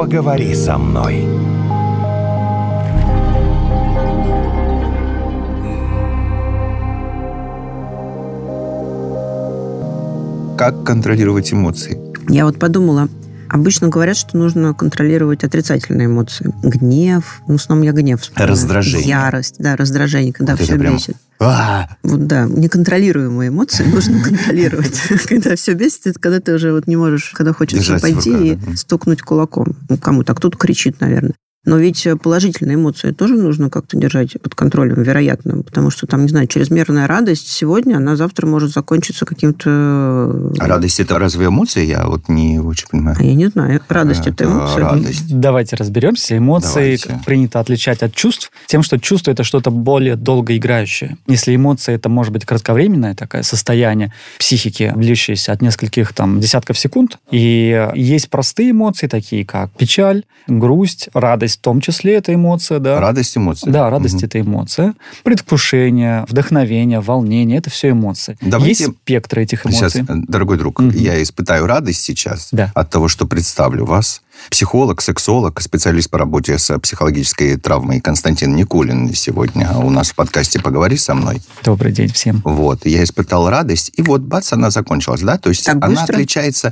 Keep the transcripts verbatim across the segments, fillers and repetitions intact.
поговори со мной. Как контролировать эмоции? Я вот подумала, обычно говорят, что нужно контролировать отрицательные эмоции. Гнев, ну, в основном я гнев вспоминаю. Раздражение. Ярость, да, раздражение, когда вот все прям... бесит. А-а-а! Вот да, неконтролируемые эмоции нужно контролировать. Когда все бесит, это когда ты уже вот не можешь, когда хочется пойти и стукнуть кулаком. Ну, кому-то, а кто-то кричит, наверное. Но ведь положительные эмоции тоже нужно как-то держать под контролем, вероятно, потому что там, не знаю, чрезмерная радость сегодня, она завтра может закончиться каким-то... А радость – это разве эмоция? Я вот не очень понимаю. А я не знаю. Радость – это эмоция. Радость. Давайте разберемся. Эмоции Давайте. принято отличать от чувств тем, что чувство – это что-то более долгоиграющее. Если эмоция – это может быть кратковременное такое состояние психики, длящееся от нескольких там, десятков секунд, и есть простые эмоции, такие как печаль, грусть, радость, в том числе это эмоция, да. Радость – эмоция. Да, радость угу. – это эмоция. Предвкушение, вдохновение, волнение – это все эмоции. Давайте... Есть спектр этих эмоций. Сейчас, дорогой друг, угу. я испытаю радость сейчас да. от того, что представлю вас. Психолог, сексолог, специалист по работе с психологической травмой Константин Никулин сегодня у нас в подкасте «Поговори со мной». Добрый день всем. Вот, я испытал радость, и вот, бац, она закончилась, да? То есть так она быстро? Отличается...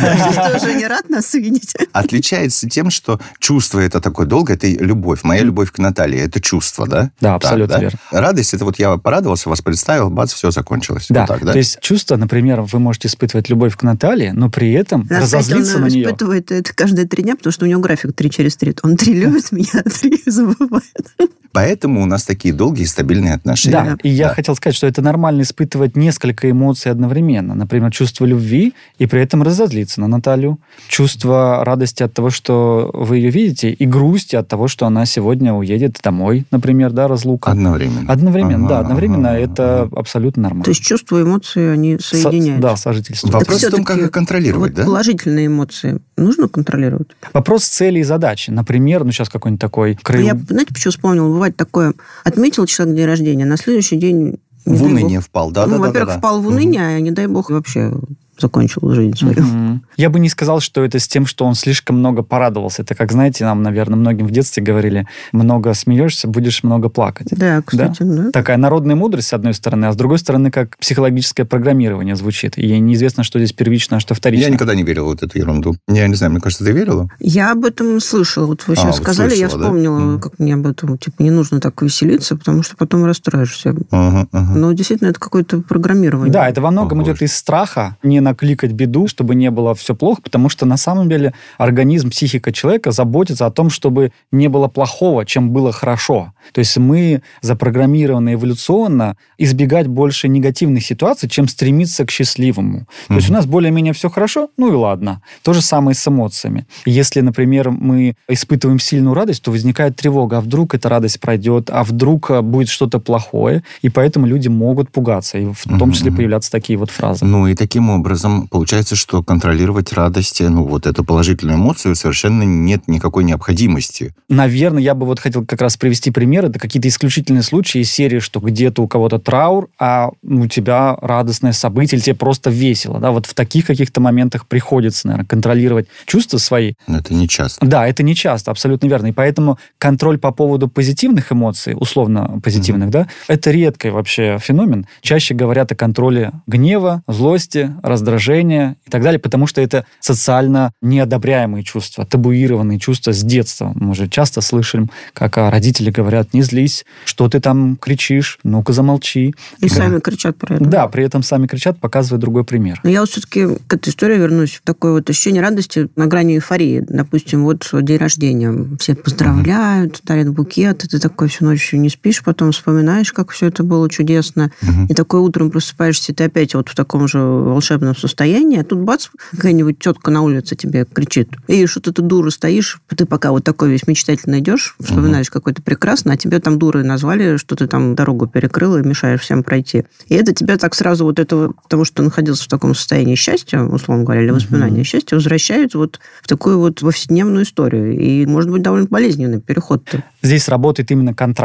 Ты уже не рад нас видеть? Отличается тем, что чувство это такое долгое, это любовь. Моя любовь к Наталье, это чувство, да? Да, абсолютно верно. Радость, это вот я порадовался, вас представил, бац, все закончилось. Да, вот так, да? То есть чувство, например, вы можете испытывать любовь к Наталье, но при этом Нас, разозлиться кстати, он на нее. испытывает это каждые три дня, потому что у него график три через три. Он три любит меня, а три забывает. Поэтому у нас такие долгие и стабильные отношения. Да, и я да. хотел сказать, что это нормально испытывать несколько эмоций одновременно. Например, чувство любви и при этом разозлиться на Наталью. Чувство радости от того, что вы ее видите, и грусти от того, что она сегодня уедет домой, например, да, разлука. Одновременно. Одновременно, ага, да, одновременно ага, это ага. абсолютно нормально. То есть чувства и эмоции, они соединяются. Со, да, сожительство. Вопрос в том, как их контролировать, вот да? Положительные эмоции нужно контролировать? Вопрос цели и задачи. Например, ну сейчас какой-нибудь такой... Крыл... Я, знаете, почему вспомнил? Бывает такое... Отметил человек день рождения, на следующий день... В уныние впал, да, ну, да, во-первых, да, да. впал в уныние, а не дай бог вообще закончил жизнь свою. Mm-hmm. Я бы не сказал, что это с тем, что он слишком много порадовался. Это как, знаете, нам, наверное, многим в детстве говорили, много смеешься, будешь много плакать. Да, кстати, да. да. Такая народная мудрость, с одной стороны, а с другой стороны, как психологическое программирование звучит. И неизвестно, что здесь первично, а что вторично. Я никогда не верил в вот эту ерунду. Я не знаю, мне кажется, ты верила? Я об этом слышала. Вот вы а, сейчас вот сказали, слышала, я вспомнила, да? как мне об этом, типа, не нужно так веселиться, потому что потом расстроишься. Ага, ага. Но действительно, это какое-то программирование. Да, это во многом О, идет из страха не накликать беду, чтобы не было все плохо, потому что на самом деле организм, психика человека заботится о том, чтобы не было плохого, чем было хорошо. То есть мы запрограммированы эволюционно избегать больше негативных ситуаций, чем стремиться к счастливому. Mm-hmm. То есть у нас более-менее все хорошо, ну и ладно. То же самое с эмоциями. Если, например, мы испытываем сильную радость, то возникает тревога, а вдруг эта радость пройдет, а вдруг будет что-то плохое, и поэтому люди могут пугаться, и в том числе появляться такие вот фразы. Ну и таким образом получается, что контролировать радость, ну вот эту положительную эмоцию совершенно нет никакой необходимости. Наверное, я бы вот хотел как раз привести пример. Это какие-то исключительные случаи из серии, что где-то у кого-то траур, а у тебя радостное событие, или тебе просто весело. Да? Вот в таких каких-то моментах приходится, наверное, контролировать чувства свои. Но это не часто. Да, это не часто, абсолютно верно. И поэтому контроль по поводу позитивных эмоций, условно позитивных, mm-hmm. да, это редкий вообще феномен. Чаще говорят о контроле гнева, злости, раздражения и так далее, потому что это социально неодобряемые чувства, табуированные чувства с детства. Мы же часто слышим, как родители говорят: не злись, что ты там кричишь, ну-ка замолчи. И да. сами кричат про это. Да, при этом сами кричат, показывая другой пример. Но я вот все-таки к этой истории вернусь. Такое вот ощущение радости на грани эйфории. Допустим, вот день рождения. Все поздравляют, uh-huh. дарят букет, и ты такой всю ночь не спишь, потом вспоминаешь, как все это было чудесно. Uh-huh. И такой утром просыпаешься, и ты опять вот в таком же волшебном состоянии, а тут бац, какая-нибудь тетка на улице тебе кричит: эй, что ты дура стоишь, ты пока вот такой весь мечтательно идешь, вспоминаешь, uh-huh. какой ты прекрасный, а тебе там дурой назвали, что ты там дорогу перекрыла и мешаешь всем пройти. И это тебя так сразу вот этого, потому что ты находился в таком состоянии счастья, условно говоря, или воспоминания uh-huh. счастья, возвращают вот в такую вот повседневную историю. И может быть довольно болезненный переход-то. Здесь работает именно контраст.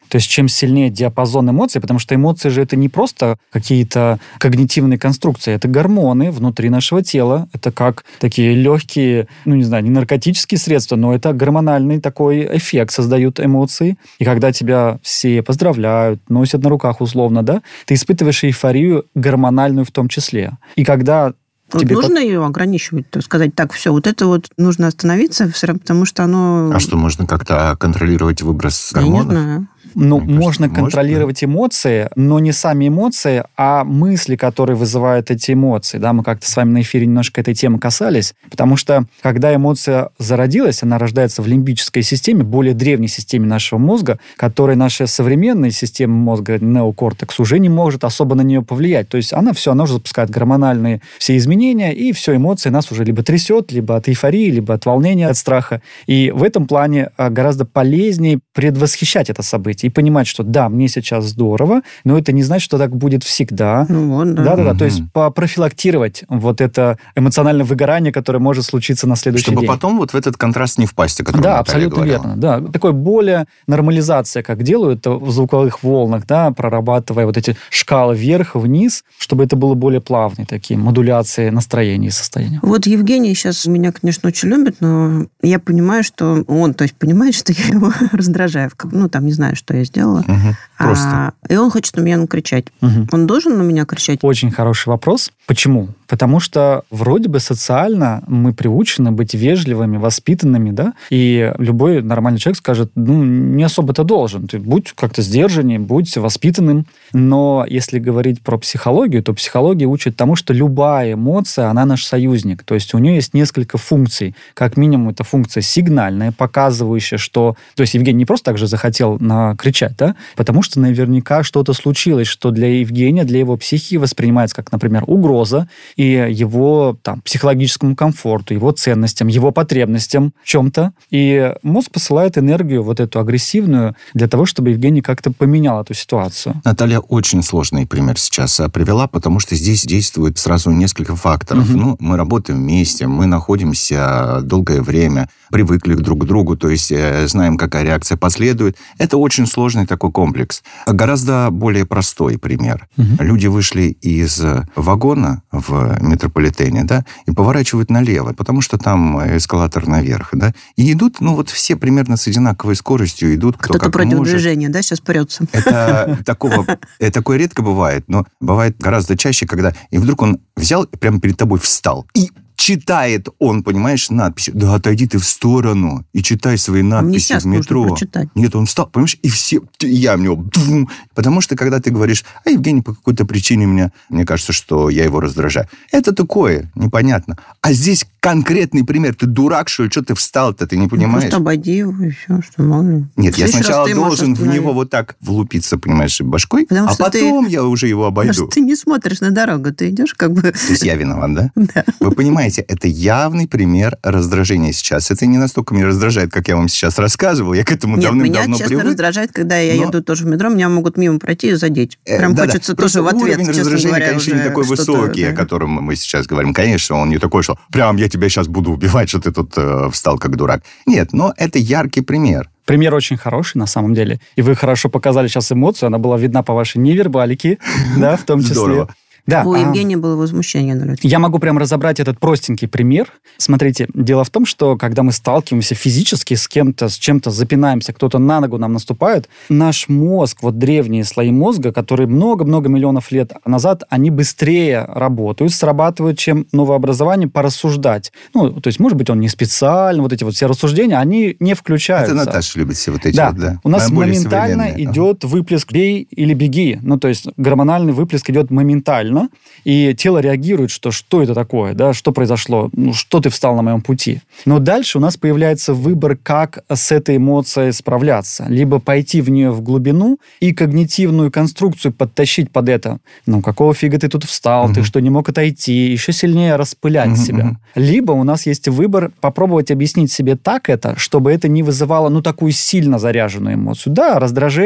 То есть чем сильнее диапазон эмоций, потому что эмоции же это не просто какие-то когнитивные конструкции, это гормоны внутри нашего тела, это как такие легкие, ну не знаю, не наркотические средства, но это гормональный такой эффект создают эмоции. И когда тебя все поздравляют, носят на руках условно, да, ты испытываешь эйфорию гормональную в том числе. И когда Вот тебе нужно под... ее ограничивать, то сказать, так, все, вот это вот нужно остановиться, потому что оно... А что, можно как-то контролировать выброс гормонов? Я не знаю. Ну, Мне можно кажется, контролировать может, эмоции, но не сами эмоции, а мысли, которые вызывают эти эмоции. Да, мы как-то с вами на эфире немножко этой темы касались, потому что, когда эмоция зародилась, она рождается в лимбической системе, более древней системе нашего мозга, которой наша современная система мозга, неокортекс, уже не может особо на нее повлиять. То есть она все, она уже запускает гормональные все изменения, и все, эмоции нас уже либо трясет, либо от эйфории, либо от волнения, от страха. И в этом плане гораздо полезнее предвосхищать это событие и понимать, что да, мне сейчас здорово, но это не значит, что так будет всегда. Ну вот, да. Да-да-да, Мгм. то есть попрофилактировать вот это эмоциональное выгорание, которое может случиться на следующий Чтобы день. потом вот в этот контраст не впасть, о котором Да, Наталья абсолютно говорила. верно. Да. Такое более нормализация, как делают в звуковых волнах, да, прорабатывая вот эти шкалы вверх-вниз, чтобы это было более плавные такие модуляции настроения и состояния. Вот Евгений сейчас меня, конечно, очень любит, но я понимаю, что он, то есть, понимает, что я его раздражаю. Ну, там, не знаю, что я сделала. Мгм. Просто. А, и он хочет на меня накричать. Мгм. Он должен на меня кричать? Очень хороший вопрос. Почему? Потому что вроде бы социально мы приучены быть вежливыми, воспитанными, да, и любой нормальный человек скажет, ну, не особо-то должен. Ты будь как-то сдержаннее, будь воспитанным. Но если говорить про психологию, то психология учит тому, что любая эмоция, она наш союзник. То есть у нее есть несколько функций. Как минимум, это функция сигнальная, показывающая, что... То есть Евгений не просто так же захотел накричать, да, потому что наверняка что-то случилось, что для Евгения, для его психики воспринимается как, например, угроза, и его там, психологическому комфорту, его ценностям, его потребностям в чем-то. И мозг посылает энергию вот эту агрессивную для того, чтобы Евгений как-то поменял эту ситуацию. Наталья очень сложный пример сейчас а, привела, потому что здесь действует сразу несколько факторов. Мгм. Ну, мы работаем вместе, мы находимся долгое время, привыкли друг к другу, то есть э, знаем, какая реакция последует. Это очень сложный такой комплекс. Гораздо более простой пример. Мгм. Люди вышли из вагона в метрополитене, да, и поворачивают налево, потому что там эскалатор наверх, да, и идут, ну, вот все примерно с одинаковой скоростью идут, кто Кто-то как против может. движения, да, сейчас прется. Это такого, э, такое редко бывает, но бывает гораздо чаще, когда и вдруг он взял и прямо перед тобой встал и читает он, понимаешь, надписи. Да отойди ты в сторону и читай свои А мне надписи сейчас в метро. нужно прочитать. Нет, он встал, понимаешь, и все, и я в него... Бум. Потому что, когда ты говоришь, а Евгений по какой-то причине меня, мне кажется, что я его раздражаю. Это такое, непонятно. А здесь конкретный пример. Ты дурак, что ли? Что ты встал-то? Ты не понимаешь? Просто обойди его, и все, что мало ли. Нет, В я следующий раз сначала ты можешь должен в остановить. него вот так влупиться, понимаешь, башкой, Потому а что ты- потом я уже его Потому обойду. что ты не смотришь на дорогу, ты идешь как бы... То есть я виноват, да? Да. Вы понимаете, это явный пример раздражения сейчас. Это не настолько меня раздражает, как я вам сейчас рассказывал. Я к этому Нет, меня, давным-давно честно, привык. раздражает, когда я но- еду тоже в метро, меня могут мимо пройти и задеть. Э, Прям да-да. хочется Просто тоже в ответ, уровень честно раздражения, говоря, конечно, не уже такой что-то, высокий, да. о котором мы сейчас говорим. Конечно, он не такой, что прям я тебя сейчас буду убивать, что ты тут э, встал как дурак. Нет, но это яркий пример. Пример очень хороший, на самом деле. И вы хорошо показали сейчас эмоцию, она была видна по вашей невербалике, да, в том числе. Здорово. Да, У а- Евгения было возмущение на лице. Я могу прям разобрать этот простенький пример. Смотрите, дело в том, что когда мы сталкиваемся физически с кем-то, с чем-то запинаемся, кто-то на ногу нам наступает, наш мозг, вот древние слои мозга, которые много-много миллионов лет назад, они быстрее работают, срабатывают, чем новообразование порассуждать. Ну, то есть, может быть, он не специально, вот эти вот все рассуждения, они не включаются. Это Наташа любит все вот эти Да. вот, да. У нас более моментально современные. идет выплеск «бей или беги». Ну, то есть гормональный выплеск идет моментально, и тело реагирует, что что это такое, да, что произошло, ну, что ты встал на моем пути. Но дальше у нас появляется выбор, как с этой эмоцией справляться. Либо пойти в нее в глубину и когнитивную конструкцию подтащить под это. Ну, какого фига ты тут встал, ты Мгм. что, не мог отойти, еще сильнее распылять Мгм, себя. мгм. Либо у нас есть выбор попробовать объяснить себе так это, чтобы это не вызывало, ну, такую сильно заряженную эмоцию. Да, раздражение,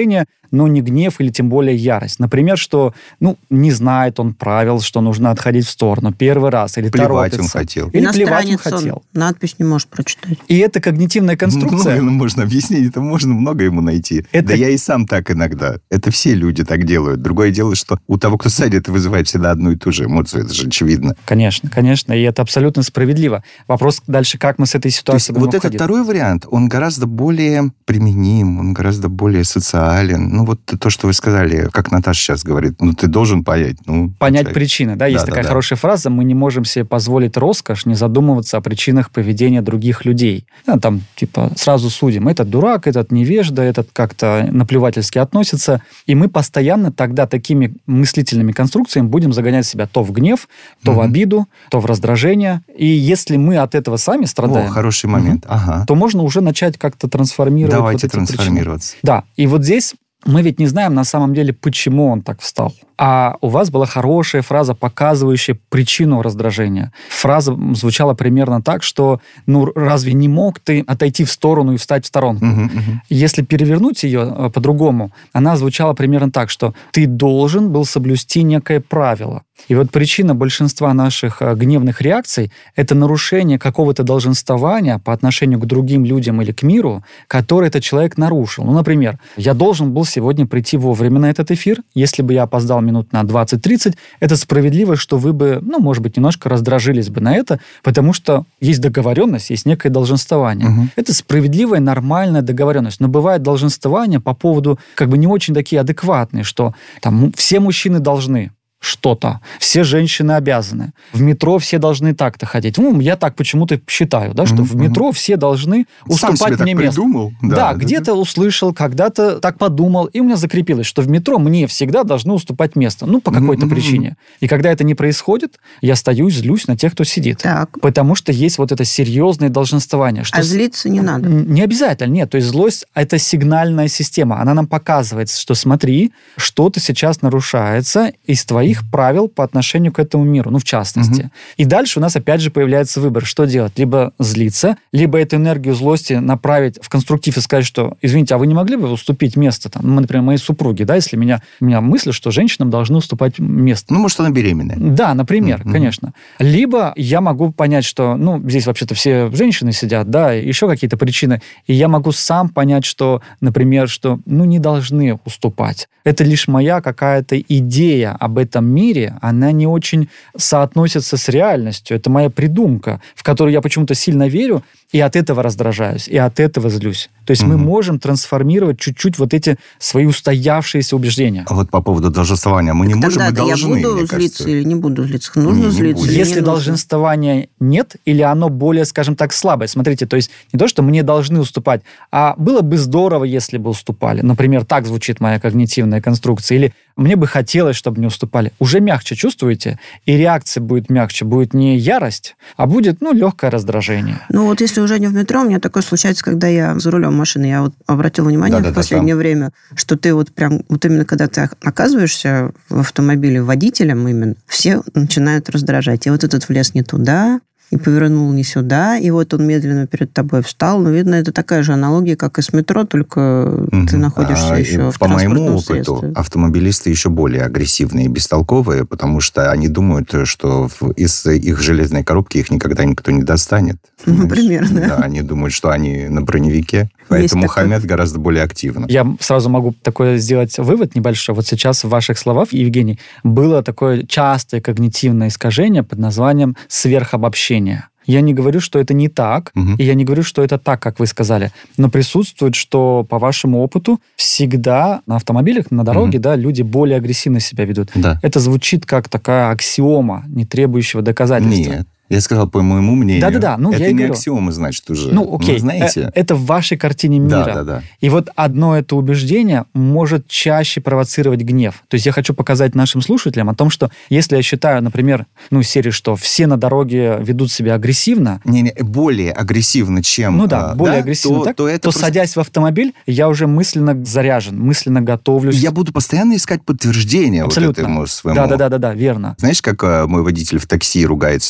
но не гнев или тем более ярость. Например, что, ну, не знает он правил, что нужно отходить в сторону первый раз, или плевать торопится. он хотел. Или плевать он хотел. Он надпись не может прочитать. И это когнитивная конструкция. Много можно объяснить, это можно много ему найти. Это... Да я и сам так иногда. Это все люди так делают. Другое дело, что у того, кто сзади, это вызывает всегда одну и ту же эмоцию. Это же очевидно. Конечно, конечно. И это абсолютно справедливо. Вопрос дальше, как мы с этой ситуацией будем вот обходить. этот второй вариант, он гораздо более применим, он гораздо более социален. Ну, вот то, что вы сказали, как Наташа сейчас говорит, ну, ты должен понять. Ну, понять человек... причины, да? Есть да, такая да, хорошая да. фраза: мы не можем себе позволить роскошь не задумываться о причинах поведения других людей. Да, там, типа, сразу судим. Этот дурак, этот невежда, этот как-то наплевательски относится. И мы постоянно тогда такими мыслительными конструкциями будем загонять себя то в гнев, то угу. в обиду, то в раздражение. И если мы от этого сами страдаем... О, хороший момент. Угу, ага. то можно уже начать как-то трансформировать. Давайте вот эти трансформироваться. причины. Да, и вот здесь мы ведь не знаем на самом деле, почему он так встал. А у вас была хорошая фраза, показывающая причину раздражения. Фраза звучала примерно так, что ну разве не мог ты отойти в сторону и встать в сторонку? Uh-huh, uh-huh. Если перевернуть ее по-другому, она звучала примерно так, что ты должен был соблюсти некое правило. И вот причина большинства наших гневных реакций – это нарушение какого-то долженствования по отношению к другим людям или к миру, который этот человек нарушил. Ну, например, я должен был сегодня прийти вовремя на этот эфир. Если бы я опоздал минут на двадцать-тридцать, это справедливо, что вы бы, ну, может быть, немножко раздражились бы на это, потому что есть договоренность, есть некое долженствование. Угу. Это справедливая, нормальная договоренность. Но бывает долженствование по поводу, как бы, не очень такие адекватные, что там все мужчины должны что-то. Все женщины обязаны. В метро все должны так-то ходить. Ну, я так почему-то считаю, да, что mm-hmm. в метро все должны уступать Сам себе мне так место. Придумал. Да, да, где-то услышал, когда-то так подумал, и у меня закрепилось, что в метро мне всегда должны уступать место. Ну, по какой-то mm-hmm. причине. И когда это не происходит, я стою и злюсь на тех, кто сидит. Так. Потому что есть вот это серьезное долженствование. Что а злиться не надо? Не обязательно, нет. То есть злость – это сигнальная система. Она нам показывает, что смотри, что-то сейчас нарушается из твоих правил по отношению к этому миру, ну, в частности. Угу. И дальше у нас опять же появляется выбор, что делать. Либо злиться, либо эту энергию злости направить в конструктив и сказать, что, извините, а вы не могли бы уступить место, там, ну, например, моей супруге, да, если меня, у меня мысль, что женщинам должны уступать место. Ну, может, она беременная. Да, например, угу. конечно. Либо я могу понять, что, ну, здесь вообще-то все женщины сидят, да, еще какие-то причины, и я могу сам понять, что, например, что, ну, не должны уступать. Это лишь моя какая-то идея об этом мире, она не очень соотносится с реальностью. Это моя придумка, в которую я почему-то сильно верю, и от этого раздражаюсь, и от этого злюсь. То есть mm-hmm. мы можем трансформировать чуть-чуть вот эти свои устоявшиеся убеждения. А вот по поводу долженствования мы так не можем, мы должны, я буду злиться кажется. Или не буду злиться? Нужно не, злиться не или Если не долженствования нет, или оно более, скажем так, слабое. Смотрите, то есть не то, что мне должны уступать, а было бы здорово, если бы уступали. Например, так звучит моя когнитивная конструкция. Или мне бы хотелось, чтобы не уступали. Уже мягче чувствуете, и реакция будет мягче. Будет не ярость, а будет, ну, легкое раздражение. Ну, вот если уже не в метро, у меня такое случается, когда я за рулем машины. Я вот обратила внимание да, в да, последнее да, время, что ты вот прям, вот именно когда ты оказываешься в автомобиле водителем именно, все начинают раздражать. И вот этот влез не туда, и повернул не сюда, и вот он медленно перед тобой встал. Но, видно, это такая же аналогия, как и с метро, только угу. ты находишься а, еще в по моему опыту, средстве. Автомобилисты еще более агрессивные и бестолковые, потому что они думают, что из их железной коробки их никогда никто не достанет. Например, да. Да, они думают, что они на броневике. Поэтому хамят гораздо более активно. Я сразу могу такой сделать вывод небольшой. Вот сейчас в ваших словах, Евгений, было такое частое когнитивное искажение под названием сверхобобщение. Я не говорю, что это не так, угу. и я не говорю, что это так, как вы сказали. Но присутствует, что по вашему опыту всегда на автомобилях, на дороге, угу. да, люди более агрессивно себя ведут. Да. Это звучит как такая аксиома, не требующего доказательства. Нет. Я сказал, по моему мнению. Да-да-да. Ну, это я не говорю. Аксиома, значит, уже. Ну, окей. Ну, знаете. Это в вашей картине мира. Да-да-да. И вот одно это убеждение может чаще провоцировать гнев. То есть я хочу показать нашим слушателям о том, что если я считаю, например, ну, серии, что все на дороге ведут себя агрессивно. Не-не, более агрессивно, чем... Ну да, более да, агрессивно, то, так, то, это то просто... садясь в автомобиль, я уже мысленно заряжен, мысленно готовлюсь. Я буду постоянно искать подтверждение Абсолютно. Вот этому своему... Да-да-да, верно. Знаешь, как мой водитель в такси ругается?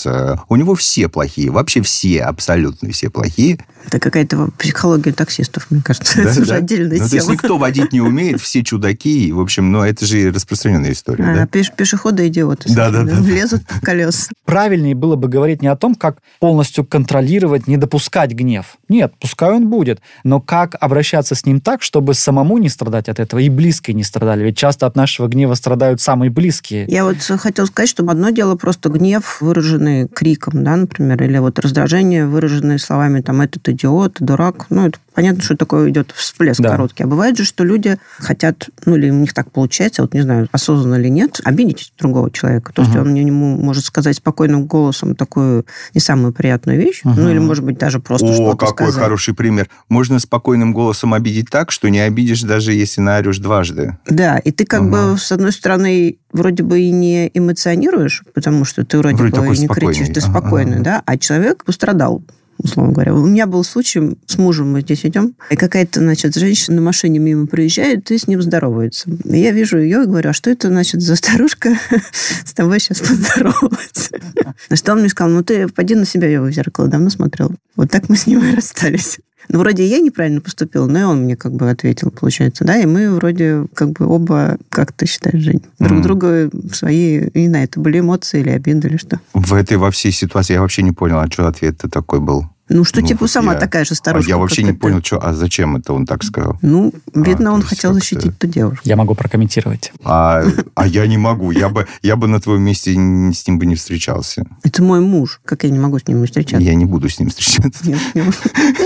У него все плохие, вообще все, абсолютно все плохие. Это какая-то психология таксистов, мне кажется. Да, это да. уже отдельная ну, тема. То есть никто водить не умеет, все чудаки. В общем, ну, это же распространенная история. А, да? пеш- пешеходы идиоты. Да, да, да. Влезут в колеса. Правильнее было бы говорить не о том, как полностью контролировать, не допускать гнев. Нет, пускай он будет. Но как обращаться с ним так, чтобы самому не страдать от этого и близкие не страдали. Ведь часто от нашего гнева страдают самые близкие. Я вот хотела сказать, что одно дело просто гнев, выраженный криком, да, например, или вот раздражение, выраженное словами, там, этот идиот, дурак. Ну, это понятно, что такое идет всплеск Да. короткий. А бывает же, что люди хотят, ну, или у них так получается, вот не знаю, осознанно или нет, обидеть другого человека. То есть Ага. он ему может сказать спокойным голосом такую не самую приятную вещь, Ага. ну, или, может быть, даже просто О, что-то какой сказать. хороший пример. Можно спокойным голосом обидеть так, что не обидишь, даже если наорешь дважды. Да, и ты как Ага. бы, с одной стороны, вроде бы и не эмоционируешь, потому что ты вроде, Вроде бы такой не спокойный. кричишь, ты Ага, спокойный, ага. да, а человек пострадал, условно говоря. У меня был случай, с мужем мы здесь идем, и какая-то, значит, женщина на машине мимо проезжает и с ним здоровается. И я вижу ее и говорю, а что это, значит, за старушка с тобой сейчас поздоровалась? На что он мне сказал, ну ты поди на себя в зеркало, давно смотрел. Вот так мы с ним и расстались. Ну, вроде я неправильно поступила, но и он мне как бы ответил, получается, да, и мы вроде как бы оба, как ты считаешь, Жень, друг Mm. друга свои, не знаю, это были эмоции или обиды, или что? В этой, во всей ситуации я вообще не понял, а что ответ-то такой был. Ну, что Ну, типа вот сама я- такая же А старушка. я вообще как не это. понял, что, а зачем это он так сказал. Ну, видно, А, он то есть хотел как-то- защитить ту девушку. Я могу прокомментировать. А, а я не могу. Я бы, я бы на твоем месте н- с ним бы не встречался. Это мой муж, как я не могу с ним встречаться? Я не буду с ним встречаться. Нет, не могу.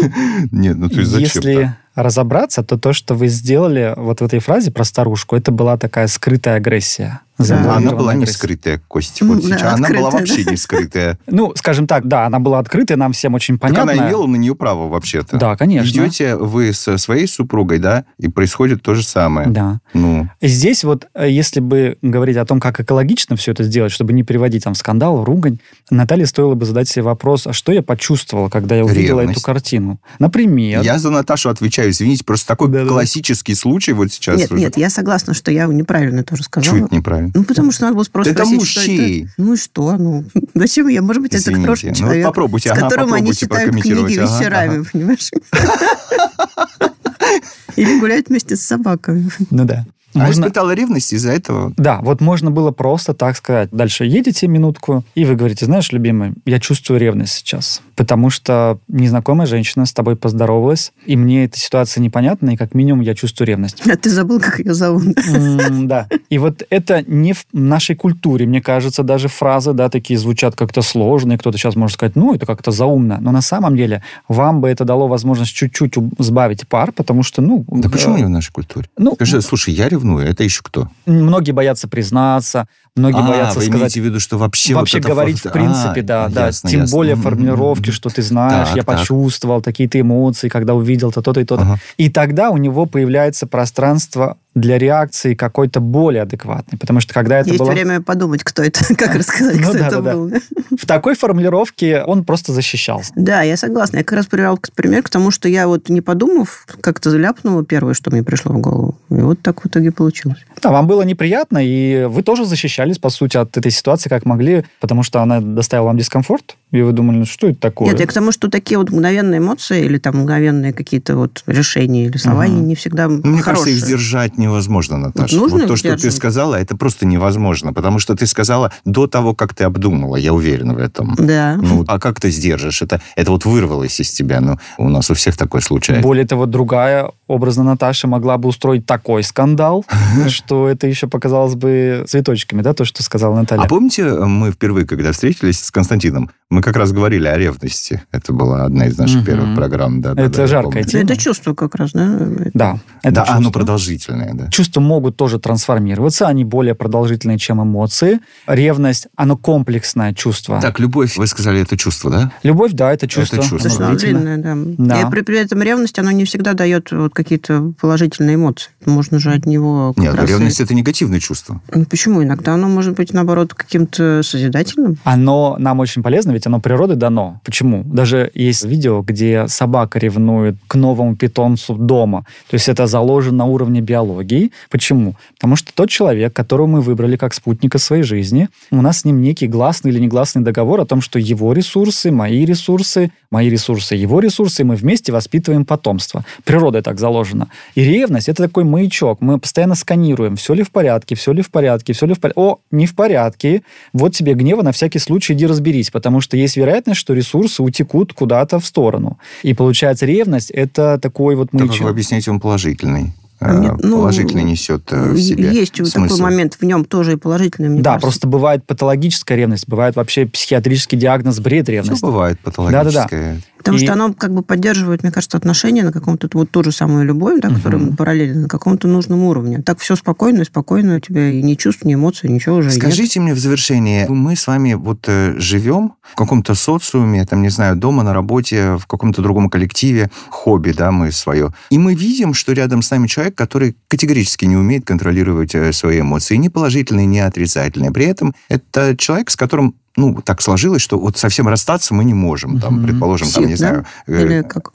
Нет, ну то есть зачем Если разобраться, то то, что вы сделали вот в этой фразе про старушку, это была такая скрытая агрессия. Да. Она Завуалированная была не агрессия. скрытая, Костя. Вот Ну, да, сейчас. Она была открытая, вообще не скрытая. Ну, скажем так, да, она была открытая, нам всем очень Так понятно. она имела на нее право вообще-то. Да, конечно. Идете вы со своей супругой, да, и происходит то же самое. Да. Ну, Здесь вот, э, если бы говорить о том, как экологично все это сделать, чтобы не приводить там в скандал, в ругань, Наталье стоило бы задать себе вопрос, а что я почувствовала, когда я увидела Ревность. эту картину? Например... я за Наташу отвечаю. Извините, просто такой Да-да-да. классический случай вот сейчас. Нет, уже. нет, я согласна, что я неправильно тоже Чего сказала. это неправильно? Ну, потому что надо было просто Это спросить, что мужчей. это. Ну и что? Ну, зачем я? Может быть, это Извините. хороший Ну, вот человек, попробуйте, с ага, которым они попробуйте читают прокомментировать. книги Ага, вечерами, ага. понимаешь? Или гуляют вместе с собаками. Ну да. А Можно- испытала ревность из-за этого? Да, вот можно было просто так сказать. Дальше едете минутку, и вы говорите, знаешь, любимый, я чувствую ревность сейчас, потому что незнакомая женщина с тобой поздоровалась, и мне эта ситуация непонятна, и как минимум я чувствую ревность. А ты забыл, как ее зовут? М, Да. И вот это не в нашей культуре, мне кажется, даже фразы, да, такие звучат как-то сложные, кто-то сейчас может сказать, ну, это как-то заумно, но на самом деле вам бы это дало возможность чуть-чуть уб- сбавить пар, потому что, ну... Да э, почему не в нашей культуре? Ну, Скажи, слушай, я ревную, это еще кто? многие боятся признаться, многие а, боятся вы сказать... имеете в виду, что вообще Вообще вот это говорить, факт- в принципе, А, да, да. ясно, Тем ясно. более М, формулировки, м, что ты знаешь, Так, я так. почувствовал такие-то эмоции, когда увидел то, то-то и то-то. Ага. И тогда у него появляется пространство для реакции какой-то более адекватной. Потому что когда это Есть было... время подумать, кто это, как рассказать, Ну кто да, это да, да. был. В такой формулировке он просто защищался. Да, я согласна. Я как раз привел пример к тому, что я вот не подумав, как-то заляпнула первое, что мне пришло в голову. И вот так в итоге получилось. Да, вам было неприятно, и вы тоже защищались, по сути, от этой ситуации, как могли, потому что она доставила вам дискомфорт, и вы думали, ну что это такое? Нет, я к тому, что такие вот мгновенные эмоции или там мгновенные какие-то вот решения или слова, Ага. они не всегда Ну, мне хорошие. кажется, их сдержать невозможно, Наташа. Вот нужно Вот то, их что ты сдерживать. сказала, это просто невозможно, потому что ты сказала до того, как ты обдумала, я уверен в этом. Да. Ну, а как ты сдержишь? Это, это вот вырвалось из тебя. Ну, у нас у всех такое случается. Более того, другая, образно Наташа, могла бы устроить такой скандал, что это еще показалось бы цветочками, да, то, что сказала Наталья. А помните, мы впервые, когда встретились с Константином, мы как раз говорили о ревности. Это была одна из наших Мгм. первых программ. Да, да, Это да, я жаркая помню. тема. Это чувство как раз, да? Да, это Да, оно чувство. продолжительное, да. Чувства могут тоже трансформироваться, они более продолжительные, чем эмоции. Ревность, оно комплексное чувство. Так, любовь, вы сказали, это чувство, да? Любовь, да, это чувство. чувство. Слушай, Оно оно длительное. длинное, да. Да. И при, при этом ревность, она не всегда дает вот какие-то положительные эмоции. Можно же от него как Нет, раз... и- ревность это негативное чувство. Ну, почему? Иногда оно может быть, наоборот, каким-то созидательным. Оно нам очень полезно, ведь оно природой дано. Почему? Даже есть видео, где собака ревнует к новому питомцу дома. То есть это заложено на уровне биологии. Почему? Потому что тот человек, которого мы выбрали как спутника своей жизни, у нас с ним некий гласный или негласный договор о том, что его ресурсы, мои ресурсы, мои ресурсы, его ресурсы, и мы вместе воспитываем потомство. Природой так заложено. И ревность — это такой маячок. Мы постоянно сканируем, все ли в порядке, все ли в порядке, все ли в порядке. О, не в порядке. Вот тебе гнева, на всякий случай иди разберись, потому что есть вероятность, что ресурсы утекут куда-то в сторону. И получается, ревность — это такой вот маячок. Так как вы объясняете, он положительный. Нет, ну, положительно несет в себе есть смысл. Такой момент, в нем тоже и положительный, мне да, кажется. просто бывает патологическая ревность, бывает вообще психиатрический диагноз бред ревности. Все бывает патологическое. Да-да-да. Потому и... что оно как бы поддерживает, мне кажется, отношения на каком-то, вот ту же самую любовь, да, которая uh-huh. параллельно, на каком-то нужном уровне. Так все спокойно, спокойно, у тебя и ни чувств, ни эмоций, ничего уже Скажите нет. мне в завершении, мы с вами вот э, живем в каком-то социуме, там, не знаю, дома, на работе, в каком-то другом коллективе, хобби, да, мы свое. И мы видим, что рядом с нами человек, который категорически не умеет контролировать э, свои эмоции, ни положительные, ни отрицательные. При этом это человек, с которым ну, так сложилось, что вот совсем расстаться мы не можем. Там, mm-hmm. предположим, псих, там, не да? знаю... Или как?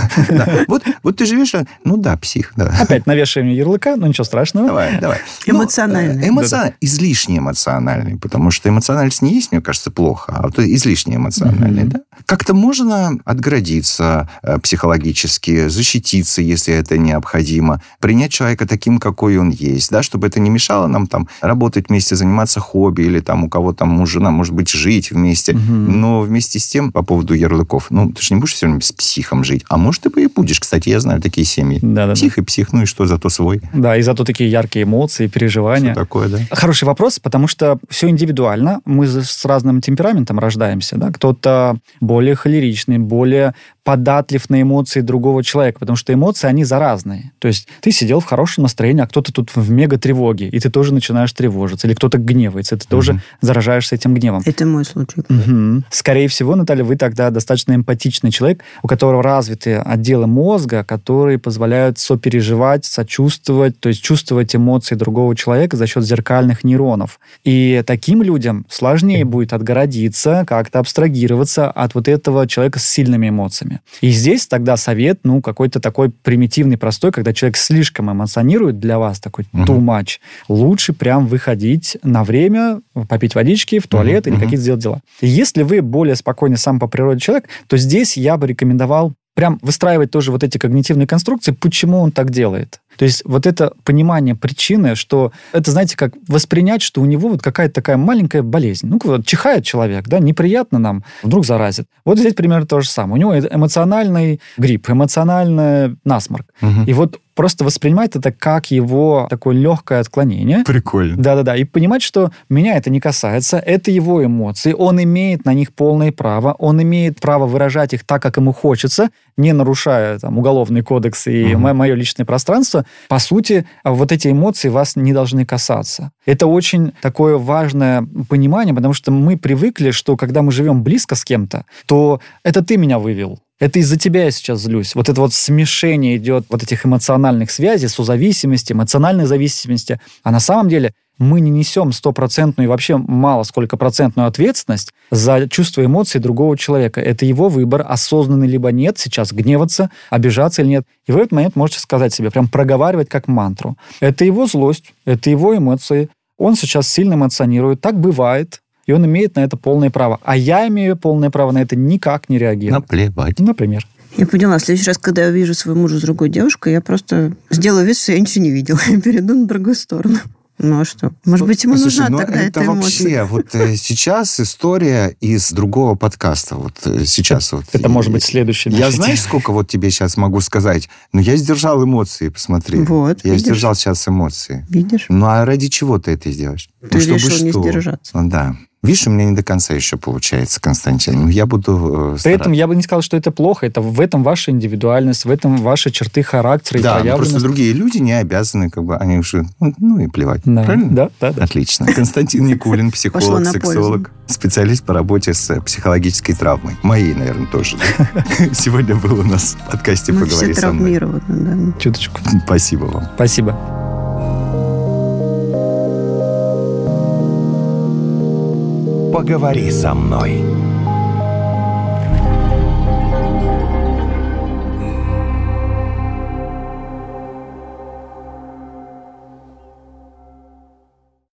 Вот, вот ты живешь... Ну да, псих, да. Опять навешаем ярлыка, но ничего страшного. Давай, давай. Эмоциональный. Эмоциональный. Излишне эмоциональный, потому что эмоциональность не есть, мне кажется, плохо, а вот излишне эмоциональный, да? Как-то можно отгородиться психологически, защититься, если это необходимо, принять человека таким, какой он есть, да, чтобы это не мешало нам там работать вместе, заниматься хобби, или там у кого там муж, жена, может быть, жить вместе. Угу. Но вместе с тем, по поводу ярлыков, ну, ты же не будешь все время с психом жить. А может, ты и будешь. Кстати, я знаю такие семьи. Да-да-да. Псих и псих, ну и что, зато свой. Да, и зато такие яркие эмоции, переживания. Что такое, да. Хороший вопрос, потому что все индивидуально. Мы с разным темпераментом рождаемся, да. Кто-то более холеричный, более податлив на эмоции другого человека, потому что эмоции, они заразные. То есть ты сидел в хорошем настроении, а кто-то тут в мега-тревоге, и ты тоже начинаешь тревожиться. Или кто-то гневается, и ты угу. тоже заражаешься этим гневом. Это мой случай. Угу. Скорее всего, Наталья, вы тогда достаточно эмпатичный человек, у которого развиты отделы мозга, которые позволяют сопереживать, сочувствовать, то есть чувствовать эмоции другого человека за счет зеркальных нейронов. И таким людям сложнее будет отгородиться, как-то абстрагироваться от вот этого человека с сильными эмоциями. И здесь тогда совет, ну, какой-то такой примитивный, простой, когда человек слишком эмоционирует для вас, такой uh-huh. too much, лучше прям выходить на время, попить водички, в туалет uh-huh. или какие-то сделать дела. И если вы более спокойный сам по природе человек, то здесь я бы рекомендовал прям выстраивать тоже вот эти когнитивные конструкции, почему он так делает. То есть вот это понимание причины, что это, знаете, как воспринять, что у него вот какая-то такая маленькая болезнь. Ну, вот чихает человек, да, неприятно нам, вдруг заразит. Вот здесь примерно то же самое. У него эмоциональный грипп, эмоциональный насморк. Угу. И вот просто воспринимать это как его такое легкое отклонение. Прикольно. Да-да-да. И понимать, что меня это не касается, это его эмоции, он имеет на них полное право, он имеет право выражать их так, как ему хочется, не нарушая там, уголовный кодекс и угу. мое личное пространство. По сути, вот эти эмоции вас не должны касаться. Это очень такое важное понимание, потому что мы привыкли, что когда мы живем близко с кем-то, то это ты меня вывел. Это из-за тебя я сейчас злюсь. Вот это вот смешение идет вот этих эмоциональных связей, созависимости, эмоциональной зависимости. А на самом деле мы не несем стопроцентную и вообще мало сколько процентную ответственность за чувства и эмоции другого человека. Это его выбор, осознанный либо нет, сейчас гневаться, обижаться или нет. И в этот момент можете сказать себе, прям проговаривать как мантру. Это его злость, это его эмоции. Он сейчас сильно эмоционирует. Так бывает. И он имеет на это полное право. А я имею полное право на это никак не реагировать. Наплевать. Например. Я поняла. В следующий раз, когда я увижу своего мужа с другой девушкой, я просто сделаю вид, что я ничего не видела, и перейду на другую сторону. Ну а что? Может быть, ему Слушай, нужна ну тогда это эта эмоция. вообще, вот э, сейчас история из другого подкаста. Вот э, сейчас вот. Это и, может быть следующий. Я знаешь, сколько вот тебе сейчас могу сказать? Ну, я сдержал эмоции, посмотри. Вот, Я видишь? сдержал сейчас эмоции. Видишь? Ну, а ради чего ты это сделаешь? Ты ну, чтобы решил что? не сдержаться. Ну, да. Видишь, у меня не до конца еще получается, Константин. Ну, я буду э, стараться. При этом я бы не сказал, что это плохо. Это в этом ваша индивидуальность, в этом ваши черты характера и да, проявленность. Да, просто другие люди не обязаны, как бы, они уже, ну, ну и плевать. Да, правильно? Да, да, да. Отлично. Константин Никулин, психолог, сексолог, специалист по работе с психологической травмой. Моей, наверное, тоже. Сегодня был у нас в подкасте «Поговори со мной». Мы все травмированы, да. Чуточку. Спасибо вам. Спасибо. Поговори со мной.